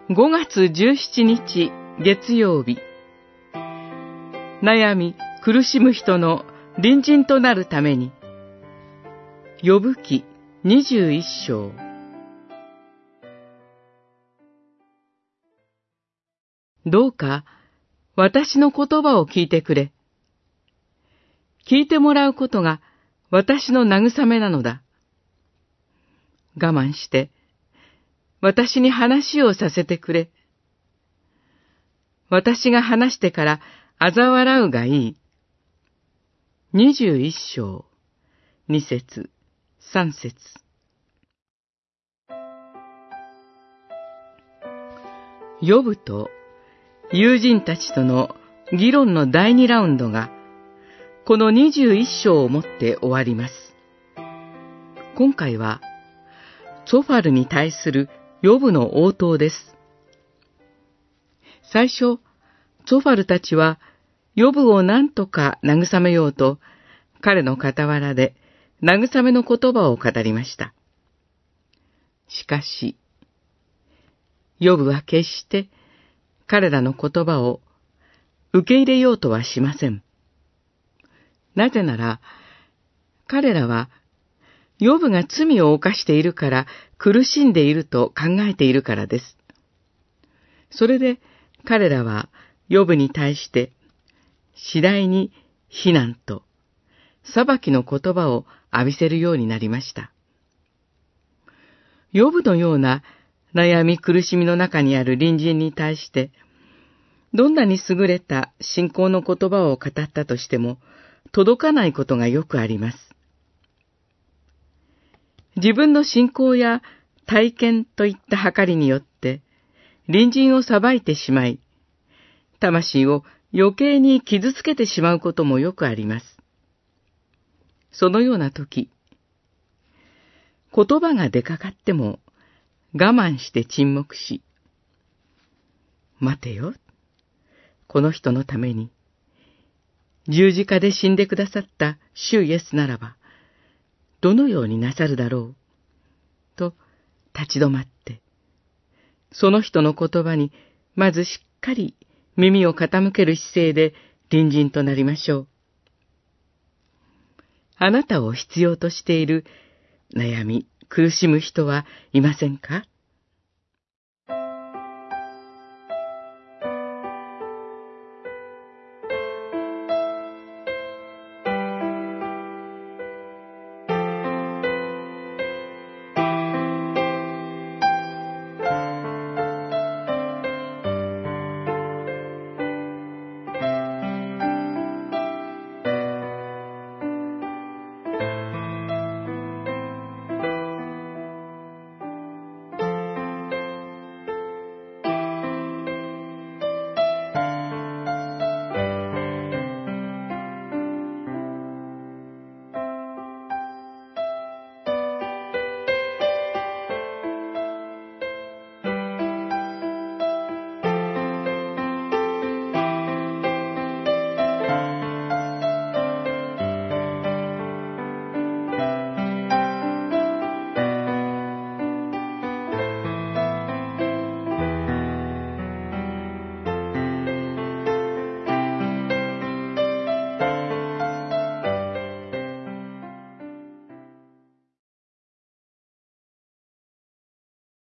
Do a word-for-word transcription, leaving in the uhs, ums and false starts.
ごがつじゅうしちにち月曜日、悩み苦しむ人の隣人となるために、ヨブ記にじゅういっしょう。どうか私の言葉を聞いてくれ。聞いてもらうことが私の慰めなのだ。我慢して私に話をさせてくれ。私が話してから嘲笑うがいい。にじゅういっしょう、にせつ、さんせつ。ヨブと友人たちとの議論のだいにラウンドが、このにじゅういっしょうをもって終わります。今回は、ゾファルに対するヨブの応答です。最初、ゾファルたちは、ヨブを何とか慰めようと、彼の傍らで慰めの言葉を語りました。しかし、ヨブは決して彼らの言葉を受け入れようとはしません。なぜなら、彼らは、ヨブが罪を犯しているから苦しんでいると考えているからです。それで彼らはヨブに対して次第に非難と裁きの言葉を浴びせるようになりました。ヨブのような悩み苦しみの中にある隣人に対して、どんなに優れた信仰の言葉を語ったとしても届かないことがよくあります。自分の信仰や体験といった計りによって隣人を裁いてしまい、魂を余計に傷つけてしまうこともよくあります。そのような時、言葉が出かかっても我慢して沈黙し、待てよ、この人のために十字架で死んでくださった主イエスならば、どのようになさるだろう、と立ち止まって、その人の言葉にまずしっかり耳を傾ける姿勢で隣人となりましょう。あなたを必要としている悩み、苦しむ人はいませんか？